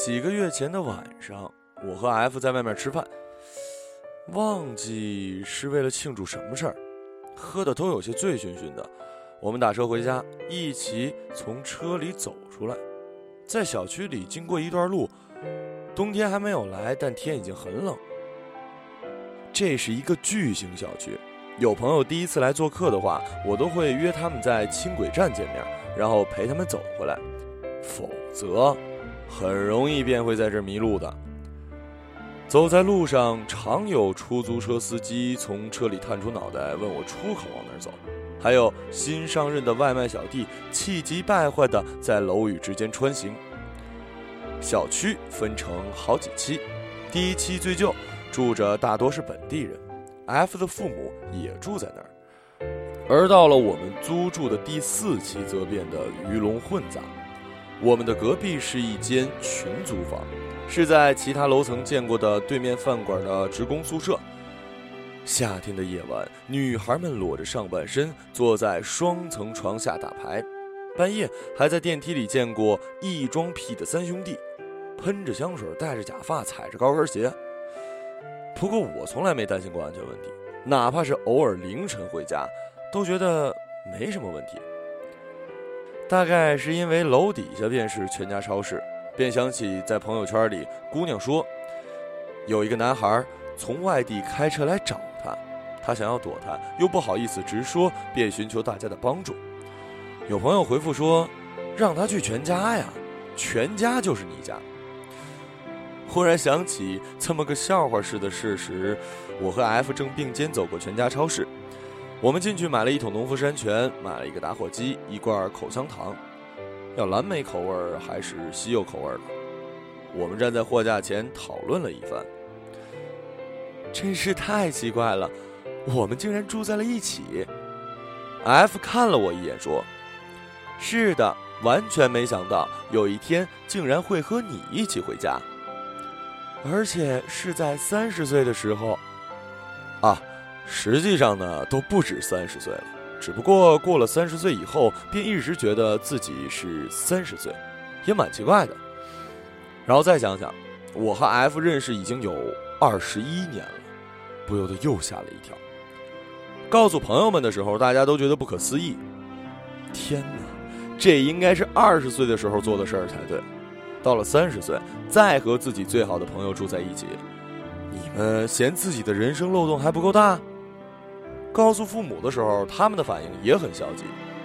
几个月前的晚上，我和 F 在外面吃饭，忘记是为了庆祝什么事儿，喝的都有些醉醺醺的。我们打车回家，一起从车里走出来，在小区里经过一段路，冬天还没有来，但天已经很冷。这是一个巨型小区，有朋友第一次来做客的话，我都会约他们在轻轨站见面，然后陪他们走回来，否则很容易便会在这儿迷路的。走在路上，常有出租车司机从车里探出脑袋问我出口往哪儿走，还有新上任的外卖小弟气急败坏地在楼宇之间穿行。小区分成好几期，第一期最旧，住着大多是本地人， F 的父母也住在那儿。而到了我们租住的第4期则变得鱼龙混杂。我们的隔壁是一间群租房，是在其他楼层见过的对面饭馆的职工宿舍。夏天的夜晚，女孩们裸着上半身坐在双层床下打牌，半夜还在电梯里见过异装癖的3兄弟，喷着香水，戴着假发，踩着高跟鞋。不过我从来没担心过安全问题，哪怕是偶尔凌晨回家，都觉得没什么问题。大概是因为楼底下便是全家超市，便想起在朋友圈里姑娘说有一个男孩从外地开车来找他想要躲他，又不好意思直说，便寻求大家的帮助。有朋友回复说让他去全家呀，全家就是你家。忽然想起这么个笑话似的事实，我和 F 正并肩走过全家超市，我们进去买了一桶农夫山泉，买了一个打火机，一罐口香糖，要蓝莓口味还是西柚口味的？我们站在货架前讨论了一番。真是太奇怪了，我们竟然住在了一起。 F 看了我一眼说，是的，完全没想到有一天竟然会和你一起回家，而且是在30岁的时候啊。实际上呢，都不止30岁了，只不过过了30岁以后，便一直觉得自己是30岁，也蛮奇怪的。然后再想想，我和 F 认识已经有21年了，不由得又吓了一跳。告诉朋友们的时候，大家都觉得不可思议。天哪，这应该是20岁的时候做的事儿才对。到了30岁，再和自己最好的朋友住在一起，你们嫌自己的人生漏洞还不够大？告诉父母的时候，他们的反应也很消极。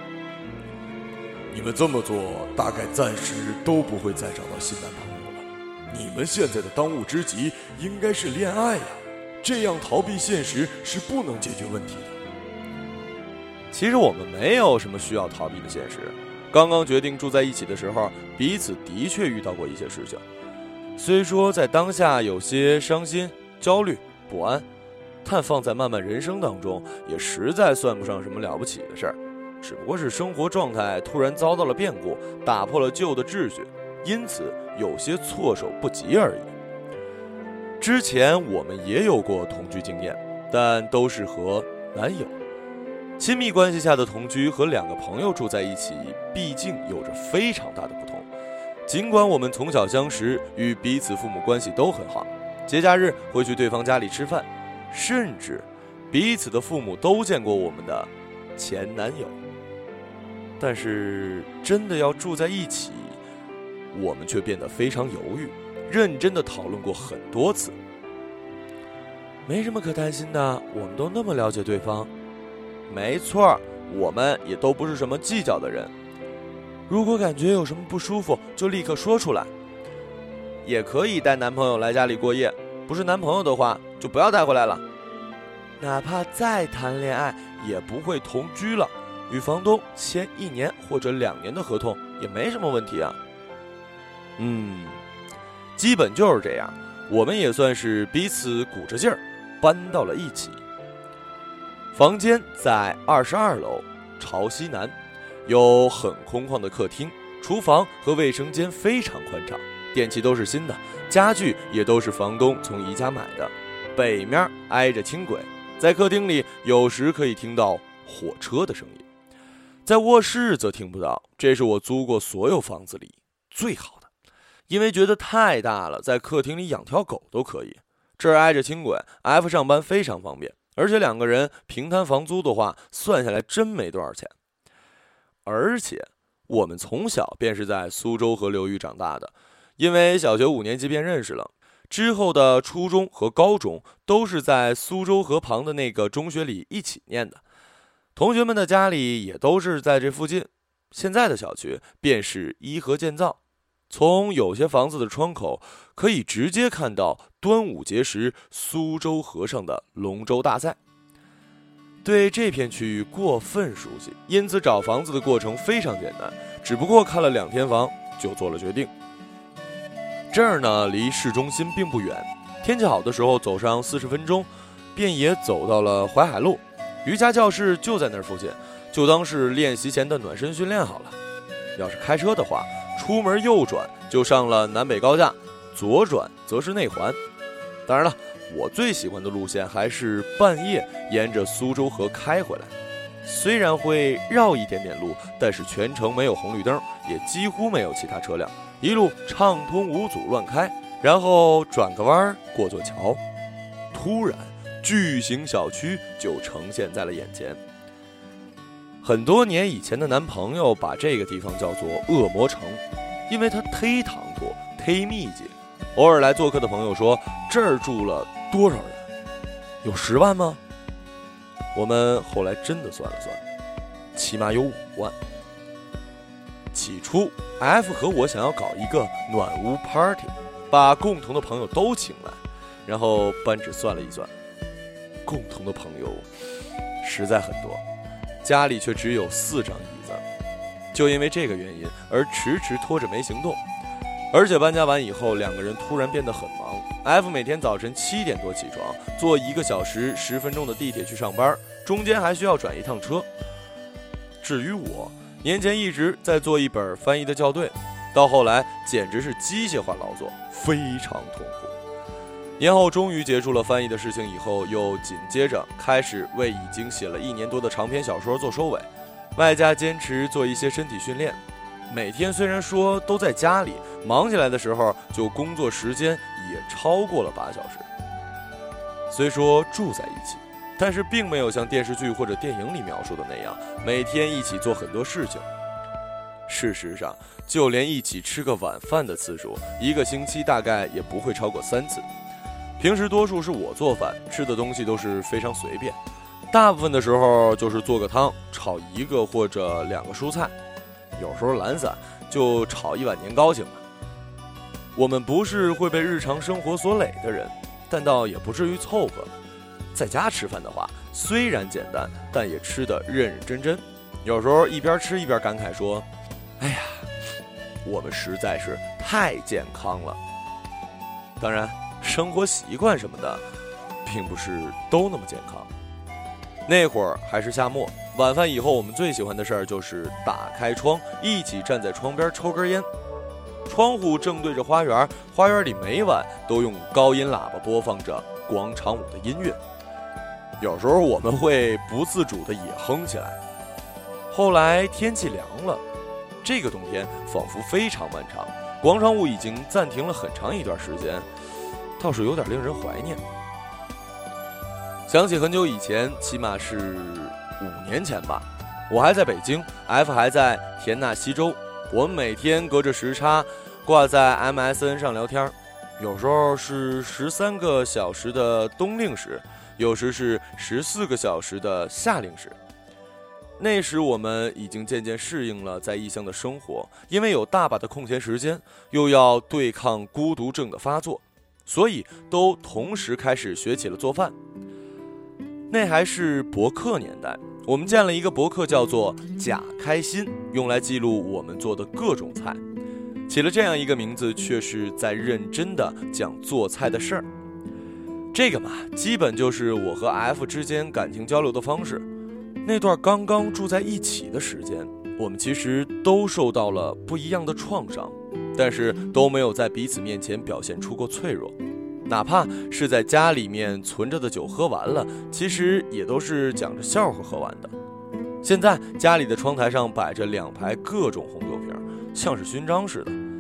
你们这么做，大概暂时都不会再找到新男朋友了。你们现在的当务之急应该是恋爱呀，这样逃避现实是不能解决问题的。 其实我们没有什么需要逃避的现实。刚刚决定住在一起的时候，彼此的确遇到过一些事情，虽说在当下有些伤心、焦虑、不安，但放在漫漫人生当中，也实在算不上什么了不起的事儿，只不过是生活状态突然遭到了变故，打破了旧的秩序，因此有些措手不及而已。之前我们也有过同居经验，但都是和男友。亲密关系下的同居和2个朋友住在一起，毕竟有着非常大的不同。尽管我们从小相识，与彼此父母关系都很好，节假日会去对方家里吃饭，甚至彼此的父母都见过我们的前男友。但是真的要住在一起，我们却变得非常犹豫，认真地讨论过很多次。没什么可担心的，我们都那么了解对方。没错，我们也都不是什么计较的人。如果感觉有什么不舒服，就立刻说出来。也可以带男朋友来家里过夜，不是男朋友的话，就不要带回来了。哪怕再谈恋爱，也不会同居了，与房东签1年或者2年的合同，也没什么问题啊。基本就是这样，我们也算是彼此鼓着劲儿，搬到了一起。房间在22楼，朝西南，有很空旷的客厅，厨房和卫生间非常宽敞，电器都是新的，家具也都是房东从宜家买的。北面挨着轻轨，在客厅里有时可以听到火车的声音，在卧室则听不到，这是我租过所有房子里最好的。 因为觉得太大了，在客厅里养条狗都可以。这儿挨着轻轨 ，F 上班非常方便，而且2个人平摊房租的话，算下来真没多少钱。而且我们从小便是在苏州和刘禹长大的，因为小学5年级便认识了，之后的初中和高中都是在苏州河旁的那个中学里一起念的，同学们的家里也都是在这附近。现在的小区便是依河建造，从有些房子的窗口可以直接看到端午节时苏州河上的龙舟大赛。对这片区域过分熟悉，因此找房子的过程非常简单，只不过看了2天房就做了决定。这儿呢离市中心并不远，天气好的时候走上40分钟，便也走到了淮海路。瑜伽教室就在那儿附近，就当是练习前的暖身训练好了。要是开车的话，出门右转就上了南北高架，左转则是内环。当然了，我最喜欢的路线还是半夜沿着苏州河开回来，虽然会绕一点点路，但是全程没有红绿灯，也几乎没有其他车辆，一路畅通无阻乱开，然后转个弯过座桥，突然巨型小区就呈现在了眼前。很多年以前的男朋友把这个地方叫做恶魔城，因为它忒堂阔忒密集。偶尔来做客的朋友说，这儿住了多少人？有10万吗？我们后来真的算了算，起码有5万。起初 F 和我想要搞一个暖屋 party， 把共同的朋友都请来，然后扳指算了一算，共同的朋友实在很多，家里却只有4张椅子，就因为这个原因而迟迟拖着没行动。而且搬家完以后，2个人突然变得很忙。F 每天早晨7点多起床，坐1个小时10分钟的地铁去上班，中间还需要转一趟车。至于我，年前一直在做一本翻译的校对，到后来简直是机械化劳作，非常痛苦。年后终于结束了翻译的事情以后，又紧接着开始为已经写了1年多的长篇小说做收尾，外加坚持做一些身体训练。每天虽然说都在家里，忙起来的时候就工作时间也超过了8小时。虽说住在一起，但是并没有像电视剧或者电影里描述的那样，每天一起做很多事情。事实上，就连一起吃个晚饭的次数，1个星期大概也不会超过3次。平时多数是我做饭，吃的东西都是非常随便，大部分的时候就是做个汤，炒1个或者2个蔬菜，有时候懒散就炒1碗年糕行了。我们不是会被日常生活所累的人，但倒也不至于凑合。在家吃饭的话，虽然简单，但也吃得认认真真。有时候一边吃一边感慨说：“哎呀，我们实在是太健康了。”当然，生活习惯什么的，并不是都那么健康。那会儿还是夏末，晚饭以后，我们最喜欢的事儿就是打开窗，一起站在窗边抽根烟。窗户正对着花园，花园里每晚都用高音喇叭播放着广场舞的音乐。有时候我们会不自主地也哼起来。后来天气凉了，这个冬天仿佛非常漫长，广场舞已经暂停了很长一段时间，倒是有点令人怀念。想起很久以前，起码是5年前吧，我还在北京， F 还在田纳西州，我们每天隔着时差挂在 MSN 上聊天，有时候是13个小时的冬令时，有时是14个小时的夏令时。那时我们已经渐渐适应了在异乡的生活，因为有大把的空闲时间，又要对抗孤独症的发作，所以都同时开始学起了做饭。那还是博客年代，我们建了一个博客叫做假开心，用来记录我们做的各种菜。起了这样一个名字，却是在认真的讲做菜的事儿。这个嘛，基本就是我和 F 之间感情交流的方式。那段刚刚住在一起的时间，我们其实都受到了不一样的创伤，但是都没有在彼此面前表现出过脆弱。哪怕是在家里面存着的酒喝完了，其实也都是讲着笑话喝完的。现在家里的窗台上摆着2排各种红酒瓶，像是勋章似的。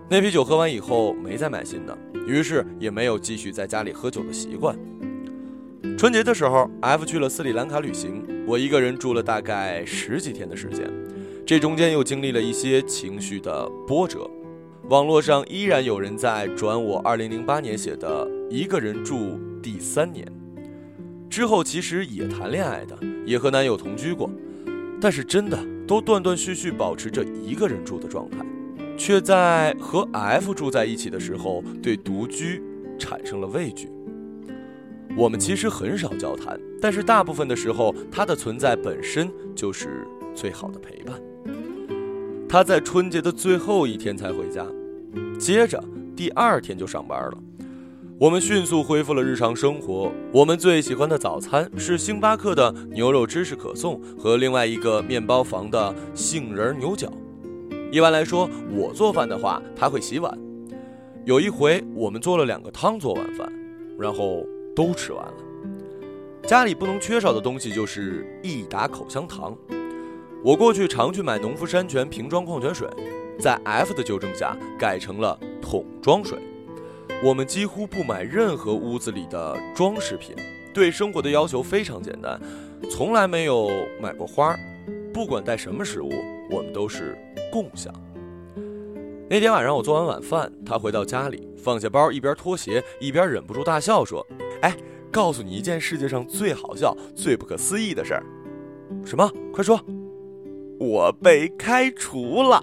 那啤酒喝完以后没再买新的，于是也没有继续在家里喝酒的习惯。春节的时候 F 去了斯里兰卡旅行，我一个人住了大概10几天的时间，这中间又经历了一些情绪的波折。网络上依然有人在转我2008年写的一个人住第3年。之后其实也谈恋爱的，也和男友同居过，但是真的都断断续续保持着一个人住的状态，却在和 F 住在一起的时候对独居产生了畏惧。我们其实很少交谈，但是大部分的时候他的存在本身就是最好的陪伴。他在春节的最后一天才回家，接着第2天就上班了。我们迅速恢复了日常生活。我们最喜欢的早餐是星巴克的牛肉芝士可颂和另外一个面包房的杏仁牛角。一般来说，我做饭的话他会洗碗。有一回我们做了2个汤做晚饭，然后都吃完了。家里不能缺少的东西就是一打口香糖。我过去常去买农夫山泉瓶装矿泉水，在 F 的纠正下改成了桶装水。我们几乎不买任何屋子里的装饰品，对生活的要求非常简单，从来没有买过花，不管带什么食物我们都是共享。那天晚上我做完晚饭，他回到家里放下包，一边脱鞋一边忍不住大笑说，告诉你一件世界上最好笑最不可思议的事儿。什么？快说。我被开除了。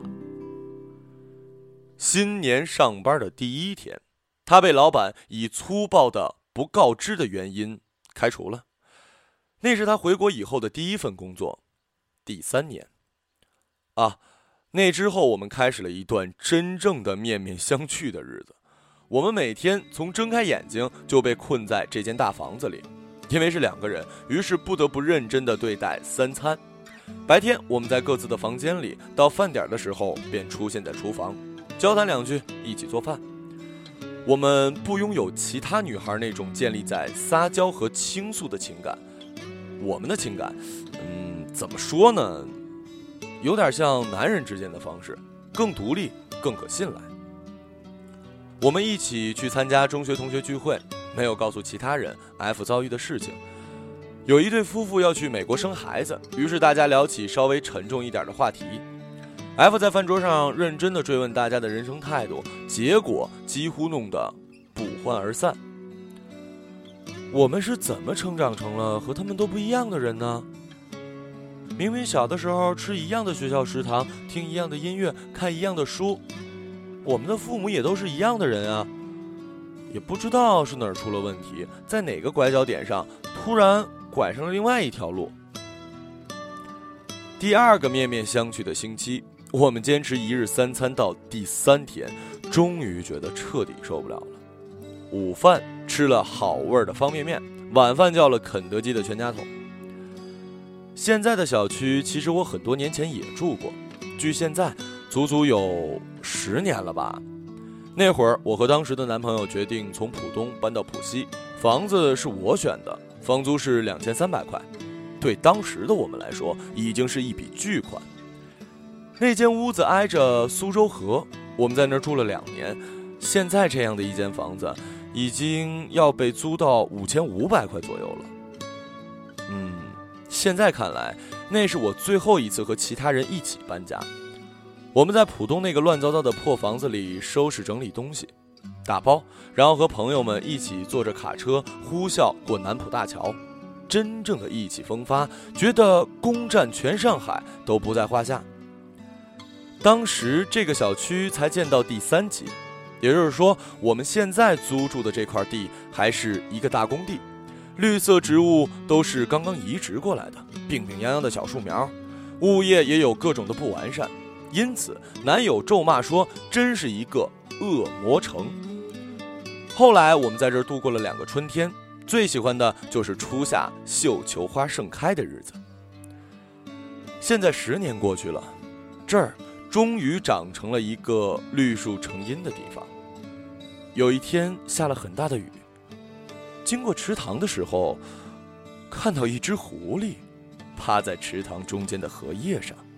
新年上班的第1天，他被老板以粗暴的不告知的原因开除了。那是他回国以后的第1份工作，第3年。那之后我们开始了一段真正的面面相觑的日子。我们每天从睁开眼睛就被困在这间大房子里，因为是2个人，于是不得不认真地对待3餐。白天我们在各自的房间里，到饭点的时候便出现在厨房，交谈2句，一起做饭。我们不拥有其他女孩那种建立在撒娇和倾诉的情感，我们的情感，怎么说呢？有点像男人之间的方式，更独立，更可信赖。我们一起去参加中学同学聚会，没有告诉其他人 F 遭遇的事情。有一对夫妇要去美国生孩子，于是大家聊起稍微沉重一点的话题。F 在饭桌上认真地追问大家的人生态度，结果几乎弄得不欢而散。我们是怎么成长成了和他们都不一样的人呢？明明小的时候吃一样的学校食堂，听一样的音乐，看一样的书，我们的父母也都是一样的人啊。也不知道是哪儿出了问题，在哪个拐角点上突然拐上了另外一条路。第2个面面相觑的星期，我们坚持1日3餐到第3天，终于觉得彻底受不了了。午饭吃了好味的方便面，晚饭叫了肯德基的全家桶。现在的小区其实我很多年前也住过，距现在足足有10年了吧。那会儿我和当时的男朋友决定从浦东搬到浦西，房子是我选的，房租是2300块，对当时的我们来说已经是一笔巨款。那间屋子挨着苏州河，我们在那儿住了2年，现在这样的一间房子已经要被租到5500块左右了。现在看来，那是我最后一次和其他人一起搬家。我们在浦东那个乱糟糟的破房子里收拾整理东西，打包，然后和朋友们一起坐着卡车呼啸过南浦大桥，真正的意气风发，觉得攻占全上海都不在话下。当时这个小区才建到第3期，也就是说我们现在租住的这块地还是一个大工地，绿色植物都是刚刚移植过来的，病病殃殃的小树苗，物业也有各种的不完善，因此男友咒骂说真是一个恶魔城。后来我们在这儿度过了2个春天，最喜欢的就是初夏绣球花盛开的日子。现在10年过去了，这儿终于长成了一个绿树成荫的地方。有一天下了很大的雨，经过池塘的时候，看到一只狐狸趴在池塘中间的荷叶上。